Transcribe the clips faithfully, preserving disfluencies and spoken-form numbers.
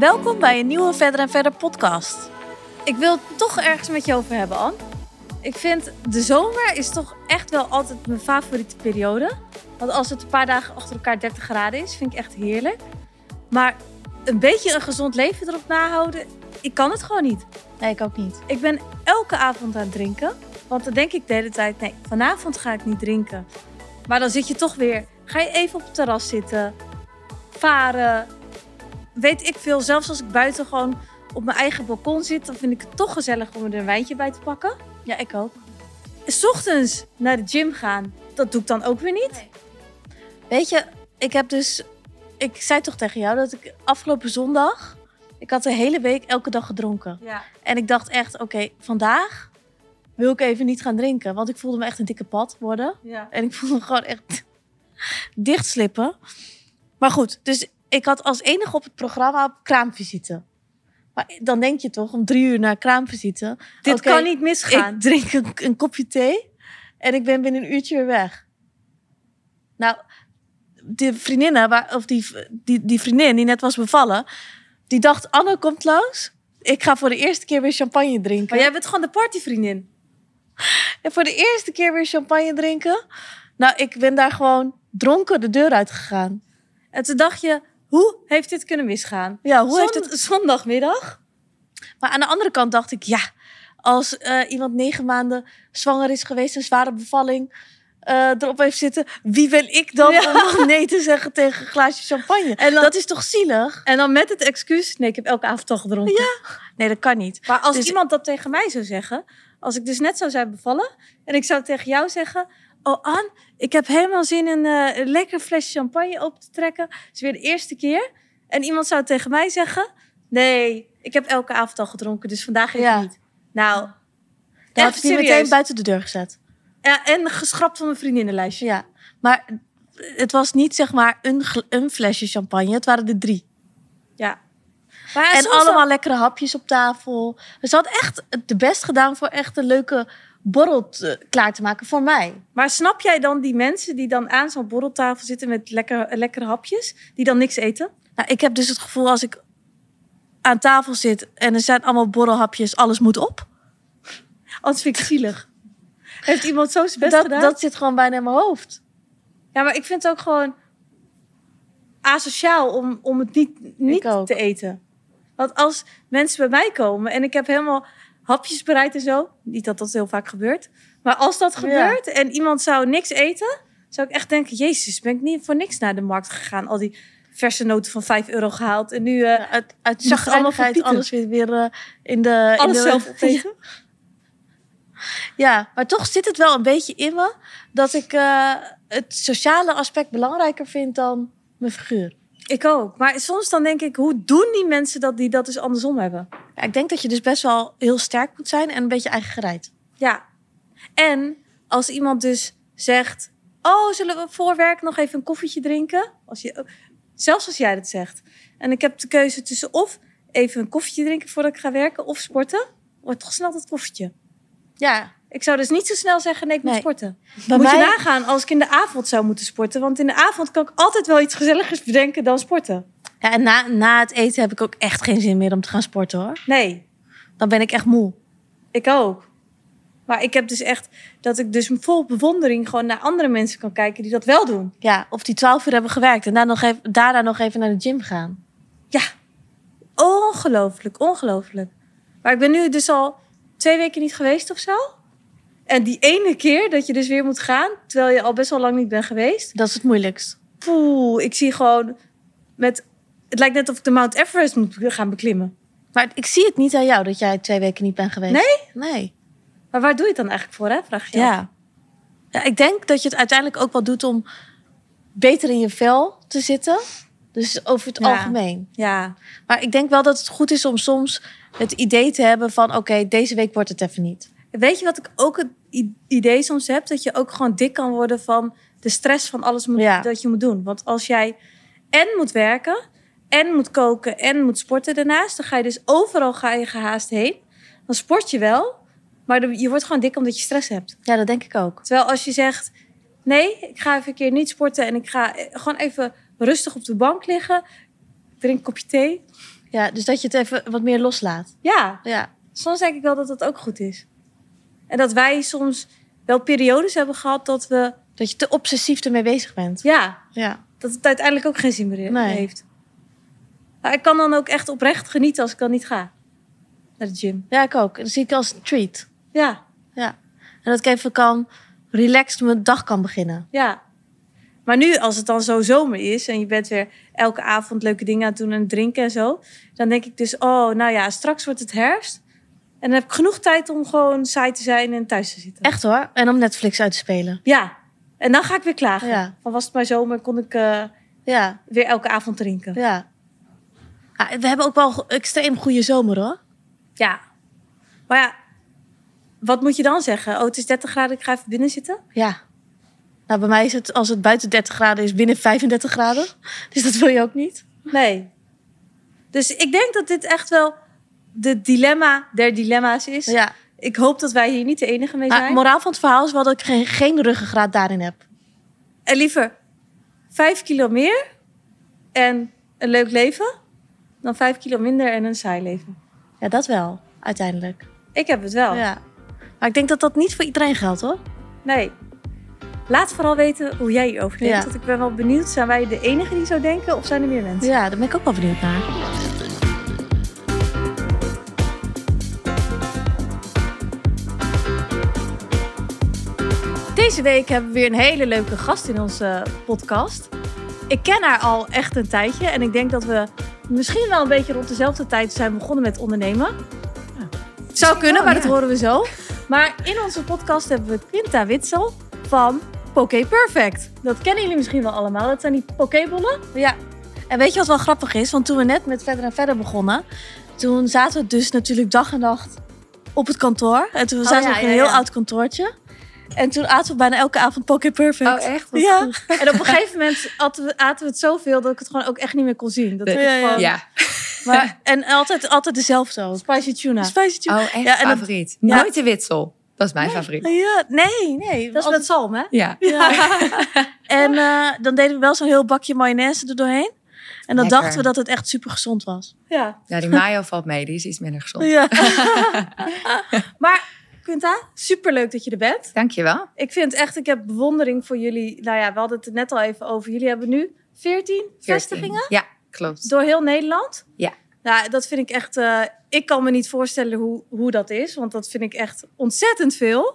Welkom bij een nieuwe Verder en Verder podcast. Ik wil het toch ergens met je over hebben, Ann. Ik vind de zomer is toch echt wel altijd mijn favoriete periode. Want als het een paar dagen achter elkaar dertig graden is, vind ik echt heerlijk. Maar een beetje een gezond leven erop nahouden, ik kan het gewoon niet. Nee, ik ook niet. Ik ben elke avond aan het drinken. Want dan denk ik de hele tijd, nee, vanavond ga ik niet drinken. Maar dan zit je toch weer, ga je even op het terras zitten, varen, weet ik veel. Zelfs als ik buiten gewoon op mijn eigen balkon zit, dan vind ik het toch gezellig om er een wijntje bij te pakken. Ja, ik ook. 'S Ochtends naar de gym gaan, dat doe ik dan ook weer niet. Nee. Weet je, ik heb dus... Ik zei toch tegen jou dat ik afgelopen zondag... Ik had de hele week elke dag gedronken. Ja. En ik dacht echt, oké, okay, vandaag wil ik even niet gaan drinken. Want ik voelde me echt een dikke pad worden. Ja. En ik voelde me gewoon echt dichtslippen. Maar goed, dus ik had als enige op het programma kraamvisite. Maar dan denk je toch om drie uur naar kraamvisite. Dit okay, kan niet misgaan. Ik drink een, een kopje thee en ik ben binnen een uurtje weer weg. Nou, die vriendinnen, waar, of die, die, die vriendin die net was bevallen, die dacht, Anne komt langs. Ik ga voor de eerste keer weer champagne drinken. Maar jij bent gewoon de partyvriendin. En voor de eerste keer weer champagne drinken. Nou, ik ben daar gewoon dronken de deur uit gegaan. En toen dacht je, hoe heeft dit kunnen misgaan? Ja, hoe Zon, heeft het... Zondagmiddag. Maar aan de andere kant dacht ik, ja, als uh, iemand negen maanden zwanger is geweest, een zware bevalling, uh, erop heeft zitten, wie ben ik dan ja. om nee te zeggen tegen een glaasje champagne? En dan, dat is toch zielig? En dan met het excuus, nee, ik heb elke avond al gedronken. Ja. Nee, dat kan niet. Maar als dus... iemand dat tegen mij zou zeggen, als ik dus net zou zijn bevallen, en ik zou tegen jou zeggen, oh Ann, ik heb helemaal zin in uh, een lekker flesje champagne open te trekken. Het is weer de eerste keer. En iemand zou tegen mij zeggen, nee, ik heb elke avond al gedronken, dus vandaag even ja. niet. Nou, dan had ik je meteen buiten de deur gezet. Ja, en geschrapt van mijn vriendinnenlijstje. Ja, maar het was niet zeg maar een, een flesje champagne, het waren er drie. Ja. Maar en allemaal al... lekkere hapjes op tafel. Dus ze had echt de best gedaan voor echt een leuke borrel te, klaar te maken voor mij. Maar snap jij dan die mensen die dan aan zo'n borreltafel zitten met lekker, lekkere hapjes, die dan niks eten? Nou, ik heb dus het gevoel als ik aan tafel zit en er zijn allemaal borrelhapjes, alles moet op. Anders vind ik zielig. Heeft iemand zo zijn best dat, gedaan? Dat zit gewoon bijna in mijn hoofd. Ja, maar ik vind het ook gewoon asociaal om, om het niet, niet te eten. Want als mensen bij mij komen en ik heb helemaal hapjes bereid en zo, niet dat dat heel vaak gebeurt, maar als dat gebeurt ja. en iemand zou niks eten, zou ik echt denken, jezus, ben ik niet voor niks naar de markt gegaan, al die verse noten van vijf euro gehaald en nu uh, ja, uit, uit zag allemaal van alles weer, weer uh, in de alles in de, zelf opeten. Ja. Ja, maar toch zit het wel een beetje in me dat ik uh, het sociale aspect belangrijker vind dan mijn figuur. Ik ook. Maar soms dan denk ik, hoe doen die mensen dat die dat dus andersom hebben? Ja, ik denk dat je dus best wel heel sterk moet zijn en een beetje eigen gereid. Ja. En als iemand dus zegt, oh, zullen we voor werk nog even een koffietje drinken? Als je, zelfs als jij dat zegt. En ik heb de keuze tussen of even een koffietje drinken voordat ik ga werken of sporten. Wordt toch snel dat koffietje. Ja. Ik zou dus niet zo snel zeggen, nee, ik moet nee. sporten. Bij moet mij... je nagaan als ik in de avond zou moeten sporten. Want in de avond kan ik altijd wel iets gezelligers bedenken dan sporten. Ja, en na, na het eten heb ik ook echt geen zin meer om te gaan sporten, hoor. Nee. Dan ben ik echt moe. Ik ook. Maar ik heb dus echt dat ik dus vol bewondering gewoon naar andere mensen kan kijken die dat wel doen. Ja, of die twaalf uur hebben gewerkt en daar nog even, daarna nog even naar de gym gaan. Ja. Ongelooflijk, ongelooflijk. Maar ik ben nu dus al twee weken niet geweest of zo. En die ene keer dat je dus weer moet gaan, terwijl je al best wel lang niet bent geweest. Dat is het moeilijkst. Poeh, ik zie gewoon met... Het lijkt net of ik de Mount Everest moet gaan beklimmen. Maar ik zie het niet aan jou dat jij twee weken niet bent geweest. Nee? Nee. Maar waar doe je het dan eigenlijk voor, hè? Vraag je ja. ja. Ik denk dat je het uiteindelijk ook wel doet om beter in je vel te zitten. Dus over het ja. algemeen. Ja. Maar ik denk wel dat het goed is om soms het idee te hebben van... oké, okay, deze week wordt het even niet. Weet je wat ik ook het idee soms heb? Dat je ook gewoon dik kan worden van de stress van alles moet, ja. dat je moet doen. Want als jij en moet werken, en moet koken, en moet sporten daarnaast... dan ga je dus overal ga je gehaast heen. Dan sport je wel, maar je wordt gewoon dik omdat je stress hebt. Ja, dat denk ik ook. Terwijl als je zegt, nee, ik ga even een keer niet sporten... en ik ga gewoon even rustig op de bank liggen... drink een kopje thee... Ja, dus dat je het even wat meer loslaat. Ja, Ja. soms denk ik wel dat dat ook goed is. En dat wij soms wel periodes hebben gehad dat we... Dat je te obsessief ermee bezig bent. Ja, Ja. dat het uiteindelijk ook geen zin meer Nee. heeft. Maar ik kan dan ook echt oprecht genieten als ik dan niet ga. Naar de gym. Ja, ik ook. Dat zie ik als een treat. Ja, Ja. En dat ik even kan relaxed mijn dag kan beginnen. ja. Maar nu, als het dan zo zomer is en je bent weer elke avond leuke dingen aan het doen en drinken en zo, dan denk ik dus, oh, nou ja, straks wordt het herfst. En dan heb ik genoeg tijd om gewoon saai te zijn en thuis te zitten. Echt hoor. En om Netflix uit te spelen. Ja. En dan ga ik weer klagen. Ja. Van was het maar zomer, kon ik uh, Ja. weer elke avond drinken. Ja. Ja. We hebben ook wel een extreem goede zomer hoor. Ja. Maar ja, wat moet je dan zeggen? Oh, het is dertig graden, ik ga even binnen zitten? Ja. Nou, bij mij is het, als het buiten dertig graden is, binnen vijfendertig graden. Dus dat wil je ook niet. Nee. Dus ik denk dat dit echt wel de dilemma der dilemma's is. Ja. Ik hoop dat wij hier niet de enige mee zijn. Maar het moraal van het verhaal is wel dat ik geen, geen ruggengraat daarin heb. En liever vijf kilo meer en een leuk leven... dan vijf kilo minder en een saai leven. Ja, dat wel, uiteindelijk. Ik heb het wel. Ja. Maar ik denk dat dat niet voor iedereen geldt, hoor. Nee. Laat vooral weten hoe jij hierover denkt. Ja. Want ik ben wel benieuwd, zijn wij de enige die zo denken of zijn er meer mensen? Ja, daar ben ik ook wel benieuwd naar. Deze week hebben we weer een hele leuke gast in onze podcast. Ik ken haar al echt een tijdje. En ik denk dat we misschien wel een beetje rond dezelfde tijd zijn begonnen met ondernemen. Ja. Zou kunnen, wel, maar ja. dat horen we zo. Maar in onze podcast hebben we Quinta Witsel van Poké Perfect. Dat kennen jullie misschien wel allemaal. Dat zijn die pokébollen. Ja. En weet je wat wel grappig is? Want toen we net met Verder en Verder begonnen... toen zaten we dus natuurlijk dag en nacht op het kantoor. En toen zaten ja, we op een ja, heel ja. oud kantoortje. En toen aten we bijna elke avond Poké Perfect. Oh, echt? Wat Ja. goed. En op een gegeven moment aten we, aten we het zoveel dat ik het gewoon ook echt niet meer kon zien. Dat Nee. ik het Ja, ja. gewoon... Ja. Maar, en altijd, altijd dezelfde ook. Spicy tuna. Spicy tuna. Oh, echt Ja, en dat- favoriet. ja. Nooit de witsel. Dat is mijn favoriet. Ja, nee, nee. Dat is met zalm, hè? Ja. Ja. En uh, dan deden we wel zo'n heel bakje mayonaise er doorheen. En dan Lekker. dachten we dat het echt super gezond was. Ja. Ja, die mayo valt mee. Die is iets minder gezond. Ja. Maar Quinta, superleuk dat je er bent. Dankjewel. Ik vind echt, ik heb bewondering voor jullie. Nou ja, we hadden het er net al even over. Jullie hebben nu veertien vestigingen Ja, klopt. door heel Nederland. Ja. Nou, dat vind ik echt... Uh, ik kan me niet voorstellen hoe, hoe dat is. Want dat vind ik echt ontzettend veel.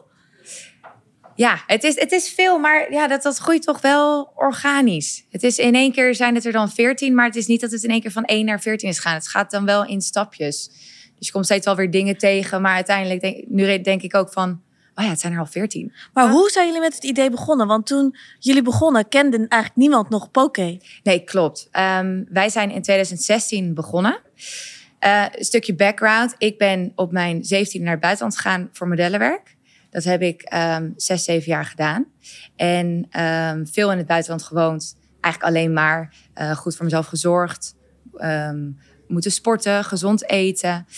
Ja, het is, het is veel, maar ja, dat, dat groeit toch wel organisch. Het is in één keer zijn het er dan veertien, maar het is niet dat het in één keer van één naar veertien is gaan. Het gaat dan wel in stapjes. Dus je komt steeds wel weer dingen tegen, maar uiteindelijk denk, nu denk ik ook van, oh ja, het zijn er al veertien. Maar hoe zijn jullie met het idee begonnen? Want toen jullie begonnen, kende eigenlijk niemand nog Poké. Nee, klopt. Um, wij zijn in twintig zestien begonnen. Uh, een stukje background. Ik ben op mijn zeventiende naar het buitenland gegaan voor modellenwerk. Dat heb ik um, zes, zeven jaar gedaan. En um, veel in het buitenland gewoond. Eigenlijk alleen maar uh, goed voor mezelf gezorgd. Um, moeten sporten, gezond eten.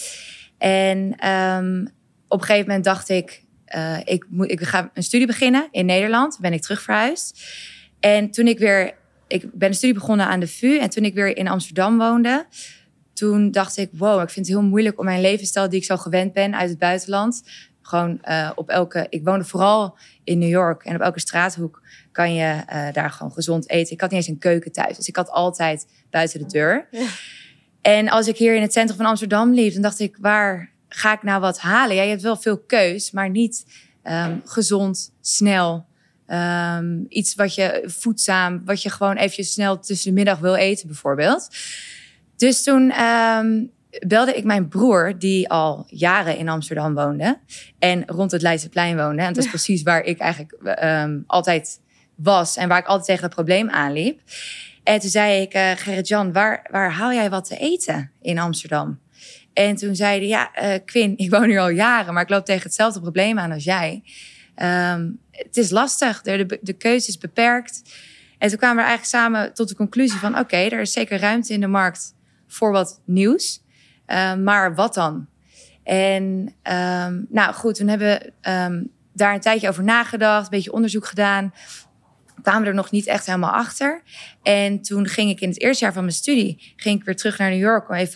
En um, op een gegeven moment dacht ik... Uh, ik, moet, ik ga een studie beginnen in Nederland. Ben ik terug verhuisd. En toen ik weer... Ik ben een studie begonnen aan de V U. En toen ik weer in Amsterdam woonde... Toen dacht ik, wow, ik vind het heel moeilijk om mijn levensstijl... die ik zo gewend ben uit het buitenland... Gewoon uh, op elke... Ik woonde vooral in New York. En op elke straathoek kan je uh, daar gewoon gezond eten. Ik had niet eens een keuken thuis. Dus ik had altijd buiten de deur. Ja. En als ik hier in het centrum van Amsterdam liep... dan dacht ik, waar ga ik nou wat halen? Ja, je hebt wel veel keus, maar niet um, gezond, snel... Um, iets wat je voedzaam... wat je gewoon eventjes snel tussen de middag wil eten bijvoorbeeld. Dus toen... Um, belde ik mijn broer, die al jaren in Amsterdam woonde... en rond het Leidseplein woonde. En dat is ja. precies waar ik eigenlijk um, altijd was... en waar ik altijd tegen het probleem aanliep. En toen zei ik, uh, Gerrit-Jan, waar, waar haal jij wat te eten in Amsterdam? En toen zei hij, ja, uh, Quinn, ik woon hier al jaren... maar ik loop tegen hetzelfde probleem aan als jij. Um, het is lastig, de, de, de keuze is beperkt. En toen kwamen we eigenlijk samen tot de conclusie van... oké, okay, er is zeker ruimte in de markt voor wat nieuws... Uh, maar wat dan? En um, nou goed, toen hebben we um, daar een tijdje over nagedacht, een beetje onderzoek gedaan. Kwamen we er nog niet echt helemaal achter. En toen ging ik in het eerste jaar van mijn studie, ging ik weer terug naar New York om even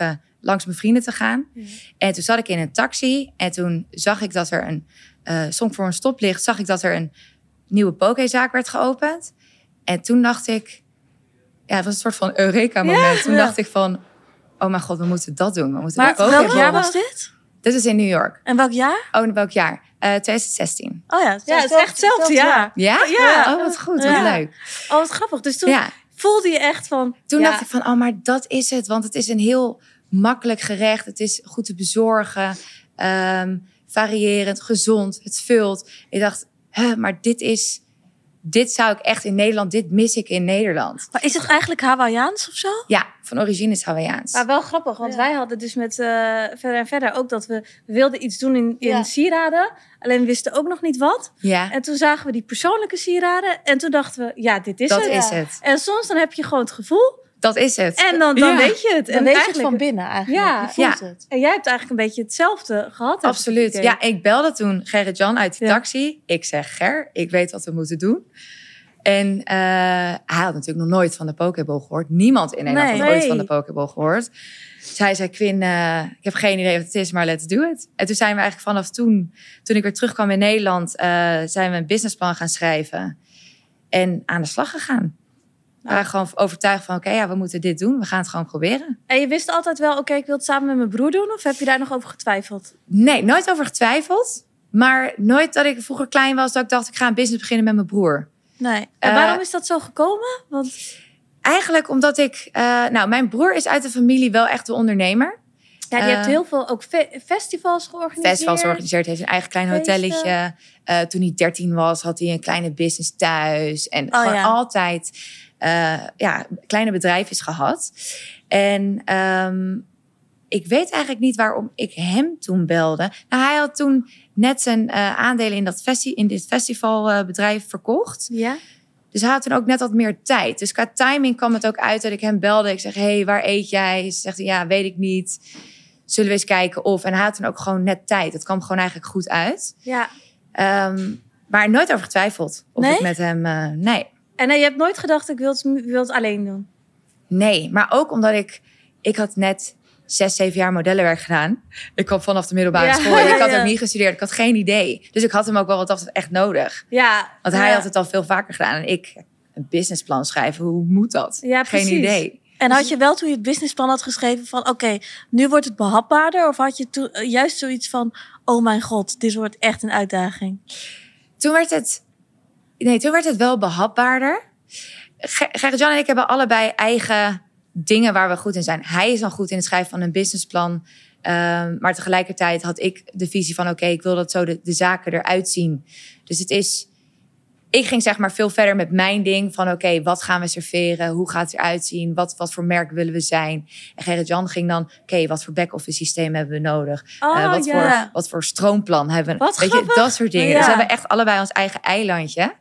langs mijn vrienden te gaan. Ja. En toen zat ik in een taxi. En toen zag ik dat er een... Uh, stond voor een stoplicht. Zag ik dat er een nieuwe pokézaak werd geopend. En toen dacht ik... Ja, het was een soort van Eureka-moment. Ja, toen ja. dacht ik van... Oh mijn god, we moeten dat doen. We moeten Maar dat welk Pokéball. jaar was dit? Dit is in New York. En welk jaar? Oh, in welk jaar? Uh, twintig zestien. Oh ja, Ja, het is echt hetzelfde jaar. Ja? Ja. Oh, wat goed. Wat Ja. leuk. Oh, wat grappig. Dus toen Ja. voelde je echt van... Toen ja, dacht ik van, oh, maar dat is het. Want het is een heel makkelijk gerecht. Het is goed te bezorgen. Um, variërend, gezond. Het vult. Ik dacht, huh, maar dit is... Dit zou ik echt in Nederland... Dit mis ik in Nederland. Maar is het eigenlijk Hawaiiaans of zo? Ja, van origine is Hawaiiaans. Maar wel grappig, want Ja. wij hadden dus met uh, verder en verder ook dat we, we wilden iets doen in, in Ja. sieraden. Alleen we wisten ook nog niet wat. Ja, En toen zagen we die persoonlijke sieraden. En toen dachten we, ja, dit is dat het. is Ja. het. En soms dan heb je gewoon het gevoel. Dat is het. En dan, dan Ja. weet je het. Dan En weet je het eigenlijk- van binnen eigenlijk. Ja. Je voelt Ja. het. En jij hebt eigenlijk een beetje hetzelfde gehad. heb ik het Absoluut. idee. Ja, ik belde toen Gerrit-Jan uit die Ja. taxi. Ik zeg, Ger, ik weet wat we moeten doen. En uh, hij had natuurlijk nog nooit van de Pokéball gehoord. Niemand in Nederland Nee. had ooit Nee. van de Pokéball gehoord. Dus hij zei, Quinn, uh, ik heb geen idee wat het is, maar let's do it. En toen zijn we eigenlijk vanaf toen, toen ik weer terugkwam in Nederland, uh, zijn we een businessplan gaan schrijven. En aan de slag gegaan. We waren gewoon overtuigd van, oké, okay, ja, we moeten dit doen. We gaan het gewoon proberen. En je wist altijd wel, oké, okay, ik wil het samen met mijn broer doen? Of heb je daar nog over getwijfeld? Nee, nooit over getwijfeld. Maar nooit dat ik vroeger klein was, dat ik dacht, ik ga een business beginnen met mijn broer. Nee. En Uh, waarom is dat zo gekomen? Want Eigenlijk omdat ik... Uh, nou, mijn broer is uit de familie wel echt de ondernemer. ja, die Uh, heeft heel veel ook fe- festivals georganiseerd. Festivals georganiseerd, heeft een eigen klein Feesten. hotelletje. Uh, toen hij dertien was, had hij een kleine business thuis. En Oh, gewoon ja. altijd uh, ja, kleine bedrijfjes gehad. En um, ik weet eigenlijk niet waarom ik hem toen belde. Nou, hij had toen net zijn uh, aandelen in, dat festi- in dit festivalbedrijf uh, verkocht. Ja. Dus hij had toen ook net wat meer tijd. Dus qua timing kwam het ook uit dat ik hem belde. Ik zeg, hé, hey, waar eet jij? Ze zegt, ja, weet ik niet. Zullen we eens kijken of... En hij had toen ook gewoon net tijd. Het kwam gewoon eigenlijk goed uit. Ja. Um, maar nooit over getwijfeld. Of Nee? ik met hem... Uh, nee. En uh, je hebt nooit gedacht, ik wil het, wil het alleen doen? Nee, maar ook omdat ik... Ik had net zes, zeven jaar modellenwerk gedaan. Ik kwam vanaf de middelbare Ja. school. Ik had Ja. ook niet gestudeerd. Ik had geen idee. Dus ik had hem ook wel wat dat echt nodig. Ja. Want hij ja. had het al veel vaker gedaan. En ik... Een businessplan schrijven, hoe moet dat? Ja, Geen precies. idee. En had je wel toen je het businessplan had geschreven van... oké, okay, nu wordt het behapbaarder? Of had je toen uh, juist zoiets van... oh mijn god, dit wordt echt een uitdaging? Toen werd het... Nee, toen werd het wel behapbaarder. Gerrit-Jan en ik hebben allebei eigen dingen waar we goed in zijn. Hij is dan goed in het schrijven van een businessplan. Um, maar tegelijkertijd had ik de visie van... oké, okay, ik wil dat zo de, de zaken eruit zien. Dus het is... Ik ging zeg maar veel verder met mijn ding. Van oké, okay, wat gaan we serveren? Hoe gaat het eruit zien? Wat, wat voor merk willen we zijn? En Gerrit-Jan ging dan... Oké, okay, wat voor back-office systeem hebben we nodig? Oh, uh, wat, ja. voor, wat voor stroomplan hebben we? Wat Weet je, grappig. dat soort dingen. Ja. Dus we hebben echt allebei ons eigen eilandje.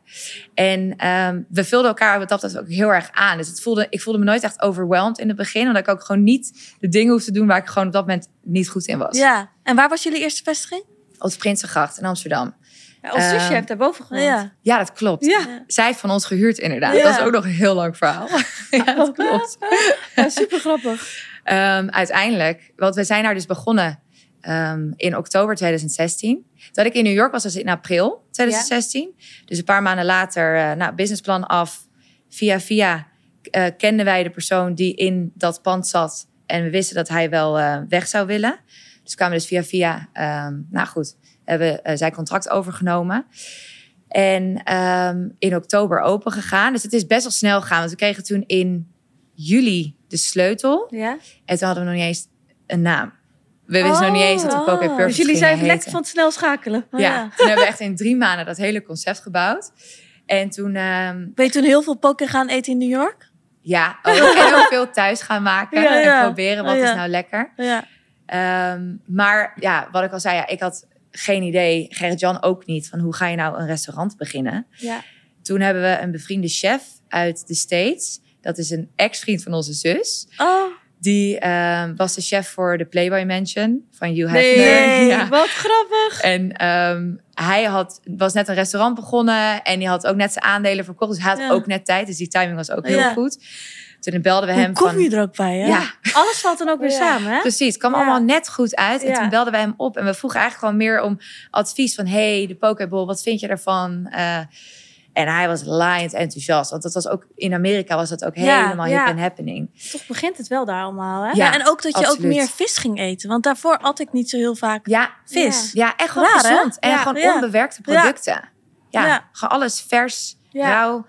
En um, we vulden elkaar wat dat betreft ook heel erg aan. Dus het voelde, ik voelde me nooit echt overwhelmed in het begin. Omdat ik ook gewoon niet de dingen hoefde te doen... waar ik gewoon op dat moment niet goed in was. Ja. En waar was jullie eerste vestiging? Op de Prinsengracht in Amsterdam. Ja, ons zusje Um, heeft daarboven gewoond. Ja. Ja, dat klopt. Ja. Zij heeft van ons gehuurd inderdaad. Ja. Dat is ook nog een heel lang verhaal. Ja, dat klopt. Ja, super grappig. Um, uiteindelijk, want we zijn daar dus begonnen um, in oktober twintig zestien. Dat ik in New York was, was in april twintig zestien. Ja. Dus een paar maanden later, uh, nou, businessplan af. Via via uh, kenden wij de persoon die in dat pand zat. En we wisten dat hij wel uh, weg zou willen. Dus kwamen we dus via via, um, nou goed... hebben uh, zijn contract overgenomen. En um, in oktober open gegaan. Dus het is best wel snel gegaan. Want we kregen toen in juli de sleutel. Ja. En toen hadden we nog niet eens een naam. We wisten oh, nog niet eens dat we Poké Perfect Dus jullie zijn even heten. lekker van het snel schakelen. Oh, ja. ja, toen hebben we echt in drie maanden dat hele concept gebouwd. En toen... Um, ben je toen heel veel poké gaan eten in New York? Ja, ook heel veel thuis gaan maken. Ja, ja. En proberen, wat ja. is nou lekker. Ja. Um, maar ja, wat ik al zei, ja, ik had... geen idee, Gerrit-Jan ook niet, van hoe ga je nou een restaurant beginnen? Ja. Toen hebben we een bevriende chef uit de States. Dat is een ex-vriend van onze zus. Oh. Die uh, was de chef voor de Playboy Mansion van Hugh Hefner. Nee, ja. wat grappig. En um, hij had, was net een restaurant begonnen en die had ook net zijn aandelen verkocht. Dus hij had ja. ook net tijd, dus die timing was ook heel ja. goed. Toen belden we Hoe hem kom van... je er ook bij, hè? Ja, Alles valt dan ook weer Ja. samen, hè? precies. Het kwam Ja. allemaal net goed uit. En Ja. toen belden we hem op. En we vroegen eigenlijk gewoon meer om advies van... hey, de Pokéball, wat vind je daarvan? Uh, en hij was laaiend enthousiast. Want dat was ook, in Amerika was dat ook Ja, helemaal ja. hip en happening. Toch begint het wel daar allemaal, hè? Ja, Ja, en ook dat je absoluut. ook meer vis ging eten. Want daarvoor at ik niet zo heel vaak Ja, vis. ja echt gewoon Raar, hè? gezond. En Ja, gewoon ja. onbewerkte producten. Ja, Ja. gewoon alles vers, Ja. rauw.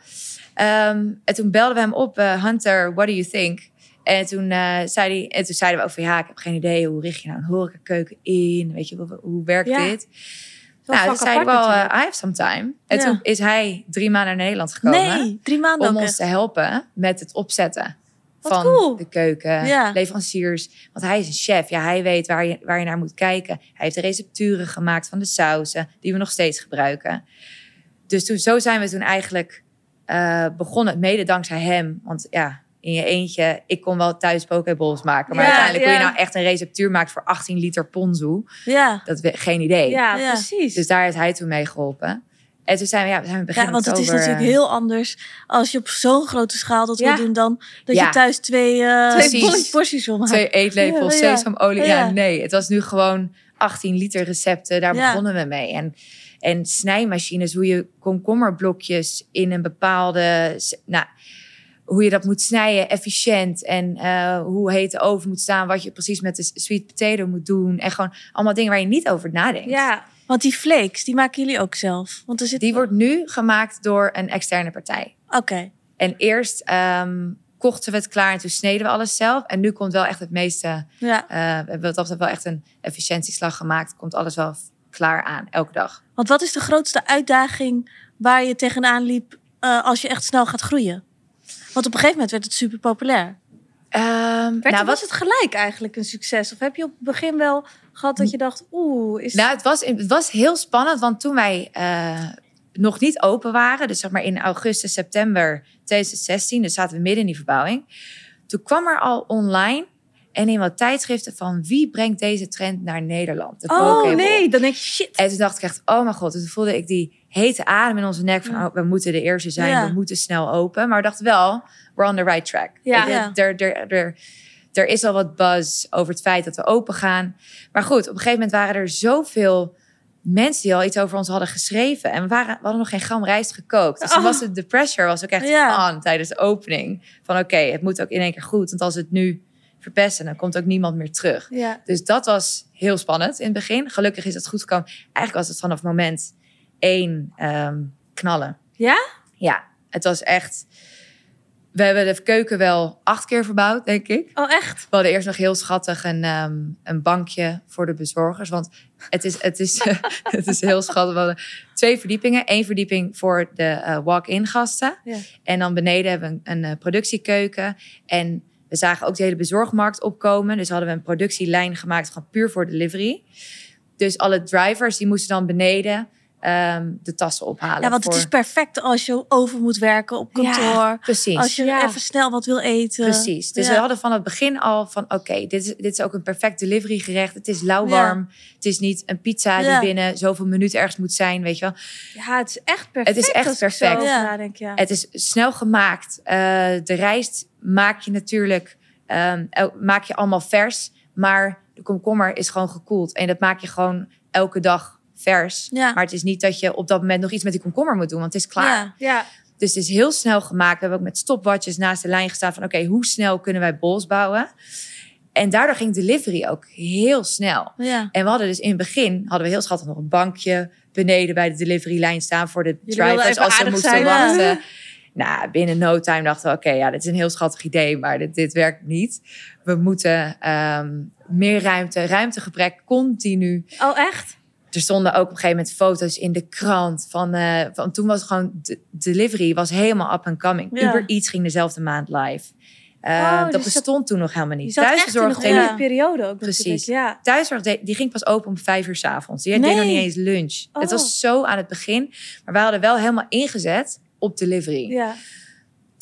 Um, en toen belden we hem op. Uh, Hunter, what do you think? En toen, uh, zei hij, en toen zeiden we ook van... ja, ik heb geen idee. Hoe richt je nou een horecakeuken in? Weet je, hoe, hoe werkt Ja. dit? Wel Nou, vak toen zei hij apart wel, uh, I natuurlijk. have some time. En Ja. toen is hij drie maanden naar Nederland gekomen... Nee, drie maanden om ook ons echt. te helpen met het opzetten Wat van cool. de keuken, Ja. leveranciers. Want hij is een chef. Ja, hij weet waar je, waar je naar moet kijken. Hij heeft de recepturen gemaakt van de sauzen... die we nog steeds gebruiken. Dus toen, zo zijn we toen eigenlijk uh, begonnen. Mede dankzij hem. Want ja, in je eentje... ik kon wel thuis pokeballs maken. Maar Ja, uiteindelijk, hoe ja. je nou echt een receptuur maakt... voor achttien liter ponzu, Ja. dat we geen idee. Ja, Ja. precies. Dus daar heeft hij toen mee geholpen. En toen zijn we, ja, we zijn begin Ja, want het is oktober, natuurlijk heel anders als je op zo'n grote schaal dat Ja. wil doen dan dat Ja. je thuis twee, uh, Precies. twee porties wil maken. twee eetlepels Ja, ja. sesamolie. Ja. Ja. nee, het was nu gewoon achttien liter recepten. Daar Ja. begonnen we mee. En, en snijmachines, hoe je komkommerblokjes in een bepaalde... Nou, hoe je dat moet snijden, efficiënt. En uh, hoe heet de oven moet staan. Wat je precies met de sweet potato moet doen. En gewoon allemaal dingen waar je niet over nadenkt. Ja, Want die flakes, die maken jullie ook zelf. Want er zit... Die wordt nu gemaakt door een externe partij. Oké. En eerst um, kochten we het klaar en toen sneden we alles zelf. En nu komt wel echt het meeste... Ja. Uh, we hebben wat dat wel echt een efficiëntieslag gemaakt. Komt alles wel klaar aan, elke dag. Want wat is de grootste uitdaging waar je tegenaan liep uh, als je echt snel gaat groeien? Want op een gegeven moment werd het super populair. Um, werd, nou, was wat, het gelijk eigenlijk een succes? Of heb je op het begin wel gehad dat je dacht... oeh, is... nou, het was, het was heel spannend. Want toen wij uh, nog niet open waren... dus zeg maar in augustus, september twintig zestien... dus zaten we midden in die verbouwing... toen kwam er al online... en in wat tijdschriften van... wie brengt deze trend naar Nederland? De oh Pokéball. nee, dan denk je shit. En toen dacht ik echt, oh mijn god. En toen voelde ik die hete adem in onze nek van... oh, we moeten de eerste zijn, Ja. we moeten snel open. Maar we dachten wel, we're on the right track. Ja. Weet je, Er, er, er, er is al wat buzz over het feit dat we open gaan. Maar goed, op een gegeven moment waren er zoveel mensen... die al iets over ons hadden geschreven. En we, waren, we hadden nog geen gram rijst gekookt. Dus Oh. toen was het, de pressure was ook echt Ja. on tijdens de opening. Van oké, okay, het moet ook in één keer goed. Want als het nu verpesten, dan komt ook niemand meer terug. Ja. Dus dat was heel spannend in het begin. Gelukkig is het goed gekomen. Eigenlijk was het vanaf moment één um, knallen. Ja? Ja, het was echt... We hebben de keuken wel acht keer verbouwd, denk ik. Oh echt? We hadden eerst nog heel schattig een, um, een bankje voor de bezorgers. Want het is, het is, het is heel schattig. We hadden twee verdiepingen. Eén verdieping voor de uh, walk-in gasten. Ja. En dan beneden hebben we een, een uh, productiekeuken. En we zagen ook de hele bezorgmarkt opkomen. Dus hadden we een productielijn gemaakt, gewoon puur voor delivery. Dus alle drivers die moesten dan beneden um, de tassen ophalen. Ja, want voor... het is perfect als je over moet werken op kantoor. Ja, precies. Als je Ja. even snel wat wil eten. Precies. Dus Ja. we hadden van het begin al van... oké, okay, dit, is, dit is ook een perfect delivery gerecht. Het is lauwwarm. Het is niet een pizza die Ja. binnen zoveel minuten ergens moet zijn, weet je wel. Ja, het is echt perfect. Het is echt als ik zo perfect. over Ja. nadenk, ja. Het is snel gemaakt. Uh, de rijst maak je natuurlijk... Um, maak je allemaal vers. Maar de komkommer is gewoon gekoeld. En dat maak je gewoon elke dag vers. Ja. Maar het is niet dat je op dat moment nog iets met die komkommer moet doen. Want het is klaar. Ja. Ja. Dus het is heel snel gemaakt. We hebben ook met stopwatches naast de lijn gestaan van... oké, okay, hoe snel kunnen wij bowls bouwen? En daardoor ging delivery ook heel snel. Ja. En we hadden dus in het begin... hadden we heel schattig nog een bankje... beneden bij de deliverylijn staan... voor de Jullie wilden drivers even als ze aardig moesten zijn, wachten. ja. Nou, binnen no time dachten we... oké, okay, ja, dit is een heel schattig idee... maar dit, dit werkt niet. We moeten um, meer ruimte, ruimtegebrek, continu... Oh echt? Er stonden ook op een gegeven moment foto's in de krant. Van, uh, van toen was het gewoon... De, delivery was helemaal up and coming. Ja. Uber Eats ging dezelfde maand live. Uh, Oh, dat dus bestond dat, toen nog helemaal Je niet. zat echt in een goede Ja. periode ook. Precies. natuurlijk, Ja. Thuiszorg die ging pas open om vijf uur 's avonds. Die Nee. deed nog niet eens lunch. Oh. Het was zo aan het begin. Maar wij hadden wel helemaal ingezet op delivery. Ja. Dus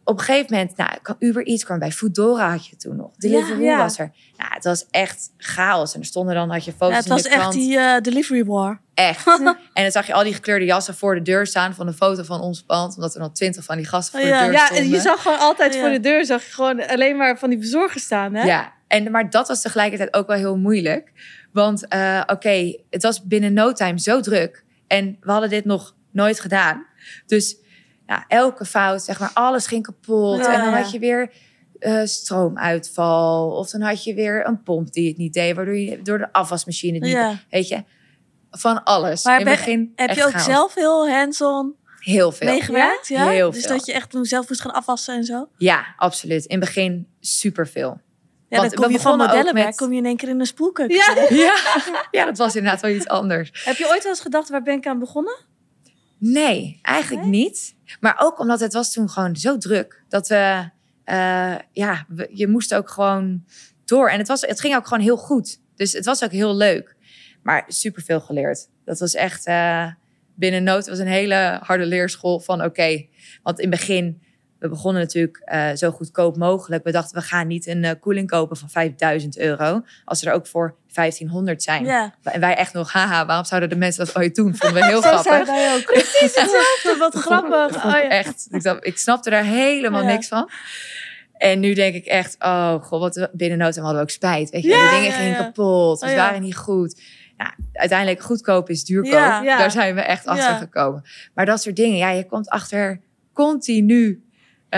op een gegeven moment, nou, Uber Eats kwam bij, Foodora had je toen nog. Deliveroo Ja, ja. was er. Nou, het was echt chaos. En er stonden dan, had je foto's Ja, het in was de echt krant. die uh, delivery war. Echt. En dan zag je al die gekleurde jassen voor de deur staan van een foto van ons pand. Omdat er nog twintig van die gasten voor Ja. de deur Ja, stonden. en je zag gewoon altijd Ja. voor de deur zag je gewoon alleen maar van die bezorgers staan, hè? Ja, en, maar dat was tegelijkertijd ook wel heel moeilijk. Want uh, oké, okay, het was binnen no time zo druk. En we hadden dit nog nooit gedaan. Dus ja, elke fout, zeg maar, alles ging kapot. Ja, en dan ja. had je weer uh, stroomuitval. Of dan had je weer een pomp die het niet deed. Waardoor je door de afwasmachine het niet... Ja. Weet je, van alles. Maar in het ben- begin Heb echt je ook chaos. zelf heel hands-on Heel veel. meegewerkt? Ja? Heel Dus veel. dat je echt toen zelf moest gaan afwassen en zo? Ja, absoluut. In het begin superveel. Ja, Want dan kom we je van begonnen ook modellenwerk, met- kom je in één keer in een spoelkeuken. Ja. terecht. Ja. ja, dat was inderdaad wel iets anders. Heb je ooit wel eens gedacht, waar ben ik aan begonnen? Nee, eigenlijk Nee? niet. Maar ook omdat het was toen gewoon zo druk. Dat we, uh, ja, we, je moest ook gewoon door. En het, was, het ging ook gewoon heel goed. Dus het was ook heel leuk. Maar superveel geleerd. Dat was echt uh, binnen nood. was een hele harde leerschool van oké. Okay, want in het begin, we begonnen natuurlijk uh, zo goedkoop mogelijk. We dachten, we gaan niet een uh, koeling kopen van vijfduizend euro. Als ze er ook voor vijftienhonderd zijn. Ja. En wij echt nog, haha, waarom zouden de mensen dat ooit doen? Vonden we heel Zo grappig. zijn wij ook. Precies hetzelfde, wat grappig. Vond ik Oh, ja. echt, ik, dacht, ik snapte daar helemaal Ja. niks van. En nu denk ik echt, oh god, wat binnen no time hadden we ook spijt. Weet je, Ja, de dingen ja, gingen ja. kapot, ze Oh, ja. waren niet goed. Nou, uiteindelijk goedkoop is duurkoop. Ja. Ja. Daar zijn we echt achter Ja. gekomen. Maar dat soort dingen, ja, je komt achter continu uh,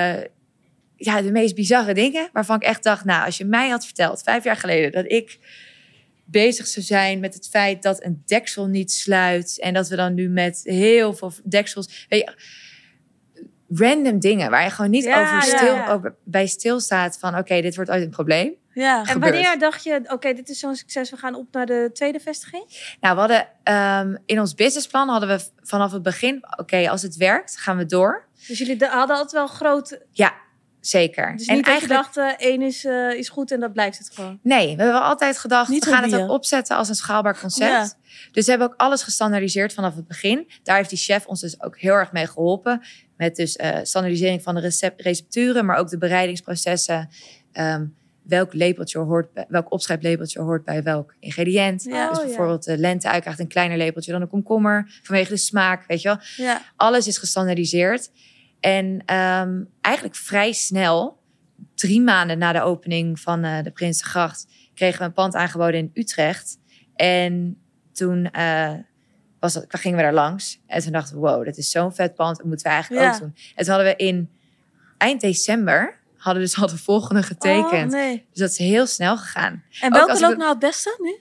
ja, de meest bizarre dingen. Waarvan ik echt dacht, nou, als je mij had verteld, vijf jaar geleden, dat ik bezig zou zijn met het feit dat een deksel niet sluit. En dat we dan nu met heel veel deksels... Weet je, random dingen waar je gewoon niet Ja, over ja, stil, ja. over, bij stilstaat van... oké, okay, dit wordt ooit een probleem. Ja. En gebeurt. wanneer dacht je, oké, okay, dit is zo'n succes, we gaan op naar de tweede vestiging? Nou, we hadden um, in ons businessplan hadden we vanaf het begin... oké, okay, als het werkt, gaan we door. Dus jullie de- hadden altijd wel groot... Ja, zeker. Dus en niet eigenlijk, dat je dacht, uh, één is, uh, is goed en dat blijft het gewoon. Nee, we hebben altijd gedacht, Niet we gaan het hobby'en. ook opzetten als een schaalbaar concept. Ja. Dus we hebben ook alles gestandaardiseerd vanaf het begin. Daar heeft die chef ons dus ook heel erg mee geholpen. Met dus uh, standaardisering van de recept, recepturen, maar ook de bereidingsprocessen. Um, welk lepeltje hoort, bij, welk opschrijflepeltje hoort bij welk ingrediënt. Ja. Dus Oh, bijvoorbeeld de lente-ui krijgt een kleiner lepeltje dan een komkommer. Vanwege de smaak, weet je wel. Ja. Alles is gestandaardiseerd. En um, eigenlijk vrij snel, drie maanden na de opening van uh, de Prinsengracht, kregen we een pand aangeboden in Utrecht. En toen uh, was dat, gingen we daar langs. En toen dachten we, wow, dit is zo'n vet pand. Dat moeten we eigenlijk Ja. ook doen. En toen hadden we in eind december, hadden we dus al de volgende getekend. Oh, nee. Dus dat is heel snel gegaan. En Ook welke als loopt we- nou het beste nu?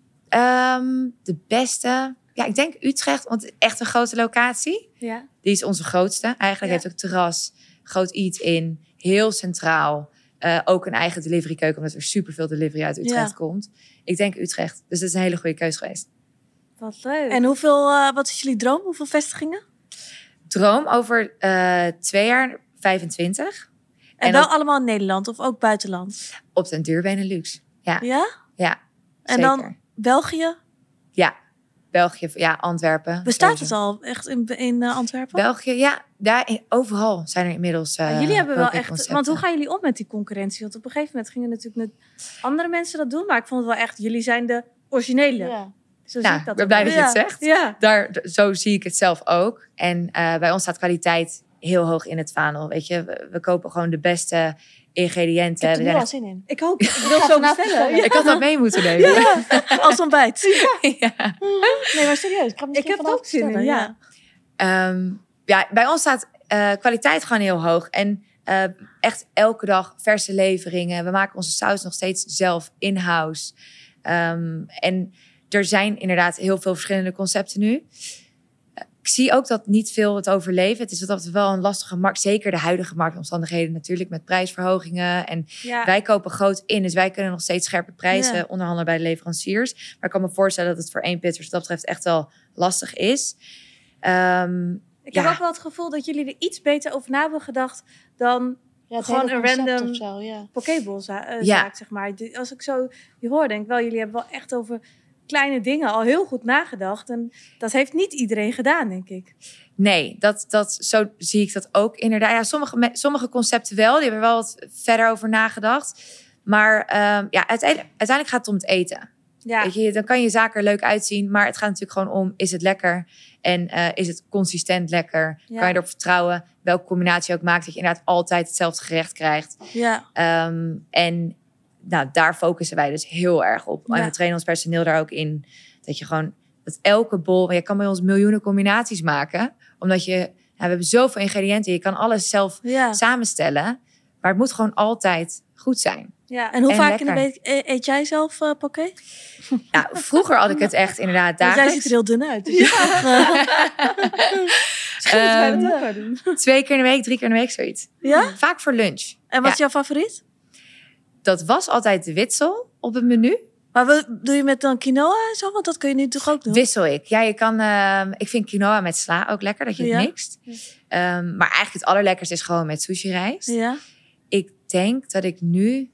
Um, de beste, ja, ik denk Utrecht, want het is echt een grote locatie. Ja. Die is onze grootste. Eigenlijk Ja. heeft ook terras, groot eat-in, heel centraal. Uh, ook een eigen deliverykeuken, omdat er superveel delivery uit Utrecht Ja. komt. Ik denk Utrecht. Dus dat is een hele goede keus geweest. Wat leuk. En hoeveel, uh, wat is jullie droom? Hoeveel vestigingen? Droom over uh, twee jaar vijfentwintig. En, En wel dat- allemaal in Nederland of ook buitenland? Op den duur Benelux. Ja, Ja? ja En zeker. dan België? Ja, België, ja, Antwerpen. Bestaat het sowieso. al echt in, in uh, Antwerpen? België, ja. Daar, in- overal zijn er inmiddels uh, Maar jullie hebben wel echt... horecaconcepten. Want hoe gaan jullie om met die concurrentie? Want op een gegeven moment gingen natuurlijk net andere mensen dat doen. Maar ik vond het wel echt... Jullie zijn de originele. Ja. Zo zie Nou, ik ik dat ben ook blij wel. dat je het Ja. zegt. Ja. Daar, d- zo zie ik het zelf ook. En uh, bij ons staat kwaliteit heel hoog in het vaandel. Weet je, we, we kopen gewoon de beste ingrediënten. Ik heb We er nu zijn al echt- zin in. Ik ook. Ik wil ga zo vanavond bestellen. bestellen. Ja. Ik had dat mee moeten nemen. Ja. Als ontbijt. Ja. Nee, maar serieus. Ik, ga Ik heb er ook zin in, ja. Um, ja, bij ons staat uh, kwaliteit gewoon heel hoog. En uh, echt elke dag verse leveringen. We maken onze saus nog steeds zelf in-house. Um, en er zijn inderdaad heel veel verschillende concepten nu. Uh, ik zie ook dat niet veel het overleven. Het is wat dat wel een lastige markt. Zeker de huidige marktomstandigheden natuurlijk met prijsverhogingen. En Ja. wij kopen groot in, dus wij kunnen nog steeds scherpe prijzen Ja. onderhandelen bij de leveranciers. Maar ik kan me voorstellen dat het voor één pitter wat dat betreft echt wel lastig is. Um, Ik Ja. heb ook wel het gevoel dat jullie er iets beter over na hebben gedacht dan Ja, het Gewoon hele een concept random- of zo, ja. Pokéball za- uh, Ja. zaak, zeg maar. Die- Als ik zo je hoor, denk ik wel, jullie hebben wel echt over kleine dingen al heel goed nagedacht. En dat heeft niet iedereen gedaan, denk ik. Nee, dat, dat, zo zie ik dat ook inderdaad. Ja, sommige, sommige concepten wel, die hebben er wel wat verder over nagedacht. Maar um, ja, uiteindelijk, uiteindelijk gaat het om het eten. Ja. Weet je, dan kan je zaken er leuk uitzien, maar het gaat natuurlijk gewoon om, is het lekker? En uh, is het consistent lekker? Ja. Kan je erop vertrouwen? Welke combinatie je ook maakt, dat je inderdaad altijd hetzelfde gerecht krijgt. Ja. Um, en nou, daar focussen wij dus heel erg op. Ja. En we trainen ons personeel daar ook in. Dat je gewoon, dat elke bol, je kan bij ons miljoenen combinaties maken. Omdat je, ja, we hebben zoveel ingrediënten. Je kan alles zelf Ja. samenstellen. Maar het moet gewoon altijd goed zijn. Ja. En hoe En vaak lekker. in de week e- eet jij zelf uh, poké? Ja, vroeger had ik het echt inderdaad Want jij dagelijks. ziet er heel dun uit. Dus ja. Misschien moeten wij dat Ehm, ook maar doen. Twee keer in de week, drie keer in de week, zoiets. Ja? Vaak voor lunch. En wat is Ja. jouw favoriet? Dat was altijd de witsel op het menu. Maar wat doe je met dan quinoa en zo? Want dat kun je nu toch ook doen? Wissel ik. Ja, je kan. ehm, ik vind quinoa met sla ook lekker, dat je het Ja. mixt. Ehm, maar eigenlijk het allerlekkerste is gewoon met sushi rijst. Ja. Ik denk dat ik nu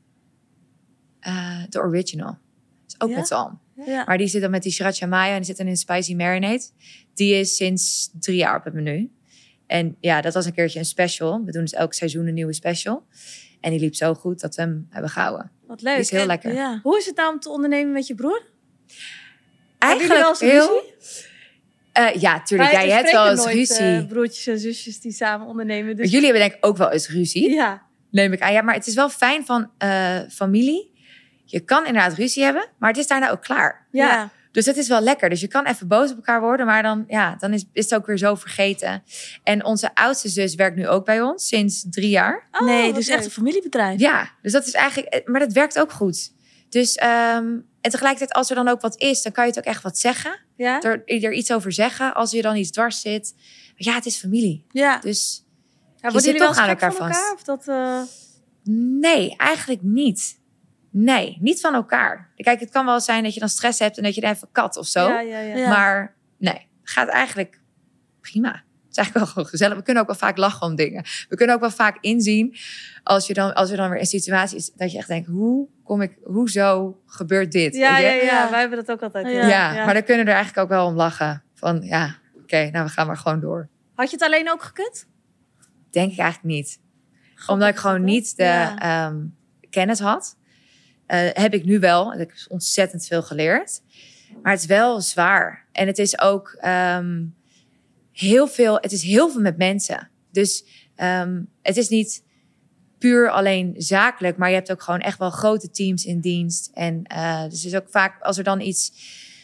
eh, de original. Is ook Ja? met zalm. Ja. Maar die zit dan met die sriracha mayo en die zit dan in spicy marinade. Die is sinds drie jaar op het menu. En ja, dat was een keertje een special. We doen dus elk seizoen een nieuwe special. En die liep zo goed dat we hem hebben gehouden. Wat leuk. Die is heel En- lekker. Ja. Hoe is het nou om te ondernemen met je broer? Eigenlijk wel eens heel... ruzie? Eh, ja, tuurlijk. Wij Jij hebt wel eens spreken nooit, ruzie. eh, broertjes en zusjes die samen ondernemen. Dus Jullie hebben denk ik ook wel eens ruzie. ja. Neem ik aan. Ja, maar het is wel fijn van eh, familie. Je kan inderdaad ruzie hebben, maar het is daarna ook klaar. Ja. Ja. Dus het is wel lekker. Dus je kan even boos op elkaar worden, maar dan, ja, dan is, is het ook weer zo vergeten. En onze oudste zus werkt nu ook bij ons sinds drie jaar. Oh, nee, wat dus echt leuk. een familiebedrijf. Ja, dus dat is eigenlijk, maar dat werkt ook goed. Dus ehm, en tegelijkertijd, als er dan ook wat is, dan kan je het ook echt wat zeggen. Ja? Er, er iets over zeggen, als je dan iets dwars zit. Maar ja, het is familie. Ja. Dus Ja, je worden zit jullie wel toch aan gek elkaar van vast. elkaar? Of dat, eh, nee, eigenlijk niet. Nee, niet van elkaar. Kijk, het kan wel zijn dat je dan stress hebt en dat je er even kat of zo. Ja, ja, ja. Ja. Maar nee, gaat eigenlijk prima. Het is eigenlijk wel gewoon gezellig. We kunnen ook wel vaak lachen om dingen. We kunnen ook wel vaak inzien als, je dan, als er dan weer een situatie is dat je echt denkt, hoe kom ik, hoezo gebeurt dit? Ja, Weet ja, je? ja, Ja. wij hebben dat ook altijd. Ja. Ja, maar dan kunnen we er eigenlijk ook wel om lachen. Van ja, oké, nou we gaan maar gewoon door. Had je het alleen ook gekund? Denk ik eigenlijk niet. Omdat ik gewoon niet de Ja. ehm, kennis had. Uh, heb ik nu wel. Ik heb ontzettend veel geleerd. Maar het is wel zwaar. En het is ook um, heel veel. Het is heel veel met mensen. Dus um, het is niet puur alleen zakelijk. Maar je hebt ook gewoon echt wel grote teams in dienst. En uh, dus het is ook vaak als er dan iets.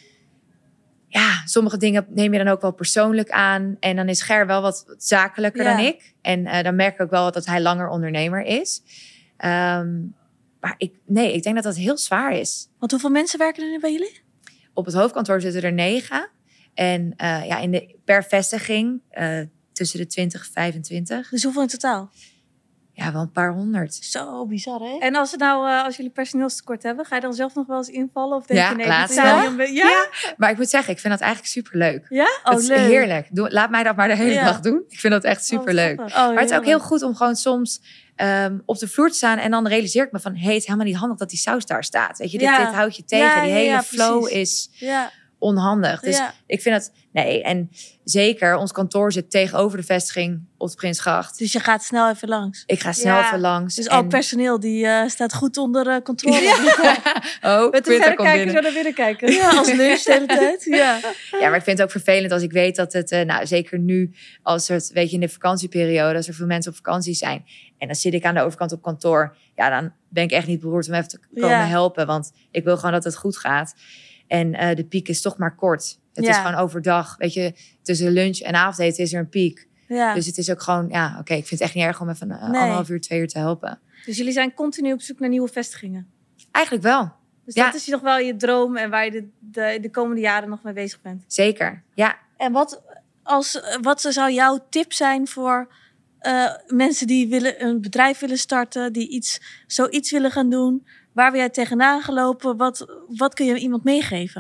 Ja, sommige dingen neem je dan ook wel persoonlijk aan. En dan is Ger wel wat zakelijker Ja. dan ik. En uh, dan merk ik ook wel dat hij langer ondernemer is. Um, maar ik, nee, ik denk dat dat heel zwaar is. Want hoeveel mensen werken er nu bij jullie? Op het hoofdkantoor zitten er negen. En uh, ja, in de, per vestiging uh, tussen de twintig en vijfentwintig. Dus hoeveel in totaal? Ja, wel een paar honderd. Zo bizar, hè? En als, het nou, uh, als jullie personeelstekort hebben, ga je dan zelf nog wel eens invallen? Of denk Ja, je, nee, laatst dit zijn wel. niet een be- ja? Maar ik moet zeggen, ik vind dat eigenlijk superleuk. Ja? Het Oh, is leuk. heerlijk. Doe, laat mij dat maar de hele Ja. dag doen. Ik vind dat echt Oh, superleuk. wat grappig. Maar het is ook heel heerlijk. goed om gewoon soms um, op de vloer te staan. En dan realiseer ik me van, hey, het is helemaal niet handig dat die saus daar staat. Weet je, dit, Ja. dit houdt je tegen. Ja, die ja, hele ja, flow precies. is Ja, onhandig. Dus ja. ik vind dat, nee. En zeker, ons kantoor zit tegenover de vestiging op de Prinsgracht. Dus je gaat snel even langs. Ik ga snel Ja. even langs. Dus en... al personeel die uh, staat goed onder uh, controle. Oh, Met de Quinta komt verrekijker binnen. zo naar binnen kijken. Ja, als lunch de hele tijd. Ja. Ja, maar ik vind het ook vervelend als ik weet dat het, uh, nou zeker nu, als het, weet je, in de vakantieperiode, als er veel mensen op vakantie zijn. En dan zit ik aan de overkant op kantoor. Ja, dan ben ik echt niet beroerd om even te komen Ja. helpen. Want ik wil gewoon dat het goed gaat. En uh, de piek is toch maar kort. Het Ja. is gewoon overdag. Weet je, tussen lunch en avondeten is er een piek. Ja. Dus het is ook gewoon, ja, oké, okay, ik vind het echt niet erg om even uh, Nee. anderhalf uur, twee uur te helpen. Dus jullie zijn continu op zoek naar nieuwe vestigingen. Eigenlijk wel, Dus Ja. dat is nog wel je droom en waar je de, de, de komende jaren nog mee bezig bent. zeker. Ja, En wat, als, wat zou jouw tip zijn voor uh, mensen die willen, een bedrijf willen starten, die iets, zoiets willen gaan doen? Waar ben jij tegenaan gelopen? Wat, wat kun je iemand meegeven?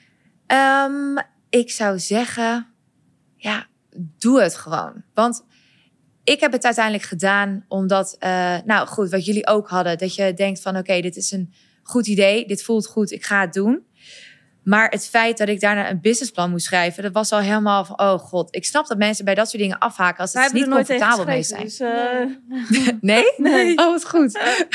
um, ik zou zeggen, ja, doe het gewoon. Want ik heb het uiteindelijk gedaan omdat, uh, nou goed, wat jullie ook hadden. Dat je denkt van, oké, okay, dit is een goed idee. Dit voelt goed, ik ga het doen. Maar het feit dat ik daarna een businessplan moest schrijven, dat was al helemaal van, oh god. Ik snap dat mensen bij dat soort dingen afhaken als ze niet comfortabel mee zijn. Dus, uh... Nee? Nee. Oh, wat goed.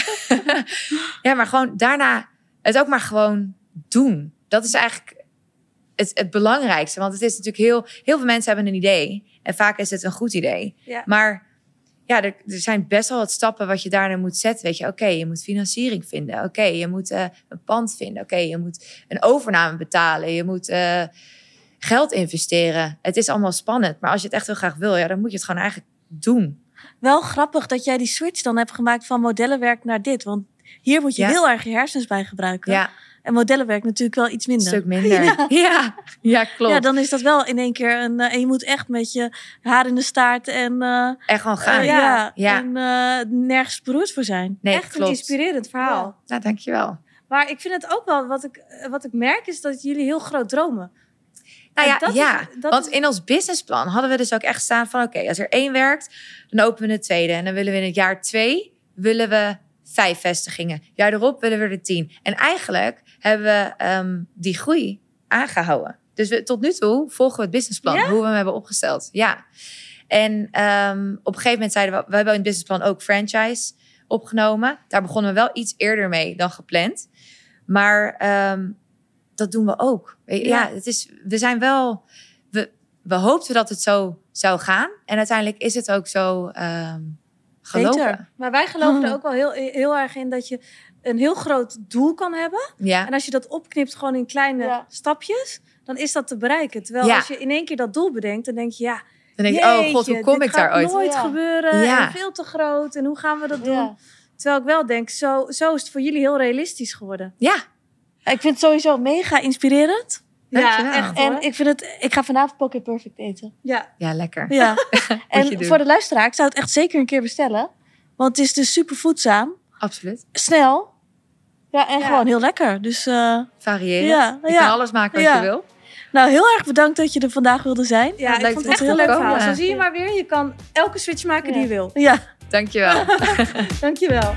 Ja, maar gewoon daarna het ook maar gewoon doen. Dat is eigenlijk het, het belangrijkste. Want het is natuurlijk heel, heel veel mensen hebben een idee. En vaak is het een goed idee. Ja. Maar ja, er, er zijn best wel wat stappen wat je daarna moet zetten. Weet je, oké, okay, je moet financiering vinden. Oké, okay, je moet uh, een pand vinden. Oké, okay, je moet een overname betalen. Je moet uh, geld investeren. Het is allemaal spannend. Maar als je het echt heel graag wil, ja, dan moet je het gewoon eigenlijk doen. Wel grappig dat jij die switch dan hebt gemaakt van modellenwerk naar dit. Want hier moet je ja. heel erg je hersens bij gebruiken. Ja. En modellenwerk natuurlijk wel iets minder. Een stuk minder. Ja, ja. ja klopt. Ja, dan is dat wel in één keer een... Uh, en je moet echt met je haar in de staart en... Uh, en gewoon gaan. Uh, ja, ja. En uh, nergens beroerd voor zijn. Nee, echt klopt. Een inspirerend verhaal. Ja. Nou, dankjewel. Maar ik vind het ook wel... Wat ik, wat ik merk is dat jullie heel groot dromen. Nou ja, dat ja. Is, dat want is... in ons businessplan hadden we dus ook echt staan van... oké, okay, als er één werkt, dan openen we het tweede. En dan willen we in het jaar twee... willen we vijf vestigingen. Jaar erop willen we er tien. En eigenlijk hebben we um, die groei aangehouden. Dus we, tot nu toe volgen we het businessplan. Ja? Hoe we hem hebben opgesteld. Ja. En um, op een gegeven moment zeiden we... we hebben in het businessplan ook franchise opgenomen. Daar begonnen we wel iets eerder mee dan gepland. Maar um, dat doen we ook. Ja, ja het is, we zijn wel... We, we hoopten dat het zo zou gaan. En uiteindelijk is het ook zo... Um, gelopen. Beter. Maar wij geloven er ook wel heel, heel erg in dat je een heel groot doel kan hebben. Ja. En als je dat opknipt gewoon in kleine ja. stapjes, dan is dat te bereiken. Terwijl ja. als je in één keer dat doel bedenkt, dan denk je ja, dan denk je, oh god, hoe kom ik daar ooit? Dit gaat nooit ja. gebeuren. Ja. En veel te groot. En hoe gaan we dat doen? Ja. Terwijl ik wel denk, zo, zo is het voor jullie heel realistisch geworden. Ja. Ik vind het sowieso mega inspirerend. Ja, echt. En ik vind het. Ik ga vanavond Pocket Perfect eten. Ja, ja lekker. Ja. En voor de luisteraar, ik zou het echt zeker een keer bestellen, want het is dus super voedzaam. Absoluut. Snel. Ja, en ja. gewoon heel lekker. Dus uh, variëren. Ja, je ja. kan alles maken wat ja. je wil. Nou, heel erg bedankt dat je er vandaag wilde zijn. Ja, ja ik vond het echt een leuk verhaal. Zo zie je maar weer, je kan elke switch maken ja. die je wil. Ja. Dankjewel. Dankjewel.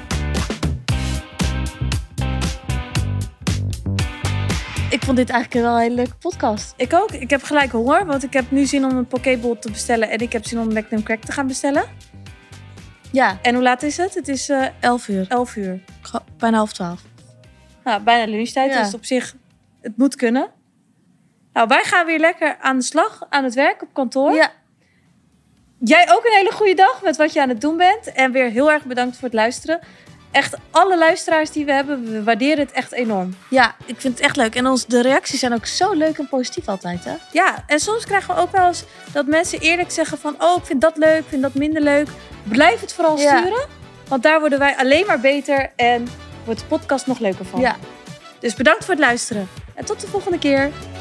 Ik vond dit eigenlijk wel een hele leuke podcast. Ik ook. Ik heb gelijk honger, want ik heb nu zin om een pokéball te bestellen. En ik heb zin om een Magnum Crack te gaan bestellen. Ja. En hoe laat is het? Het is uh, elf uur. elf uur. Bijna half twaalf. Nou, bijna lunchtijd, ja. Dus op zich, het moet kunnen. Nou, wij gaan weer lekker aan de slag, aan het werk op kantoor. Ja. Jij ook een hele goede dag met wat je aan het doen bent. En weer heel erg bedankt voor het luisteren. Echt, alle luisteraars die we hebben, we waarderen het echt enorm. Ja, ik vind het echt leuk. En ons, de reacties zijn ook zo leuk en positief altijd, hè? Ja, en soms krijgen we ook wel eens dat mensen eerlijk zeggen van... oh, ik vind dat leuk, ik vind dat minder leuk. Blijf het vooral ja. sturen. Want daar worden wij alleen maar beter en wordt de podcast nog leuker van. Ja. Dus bedankt voor het luisteren. En tot de volgende keer.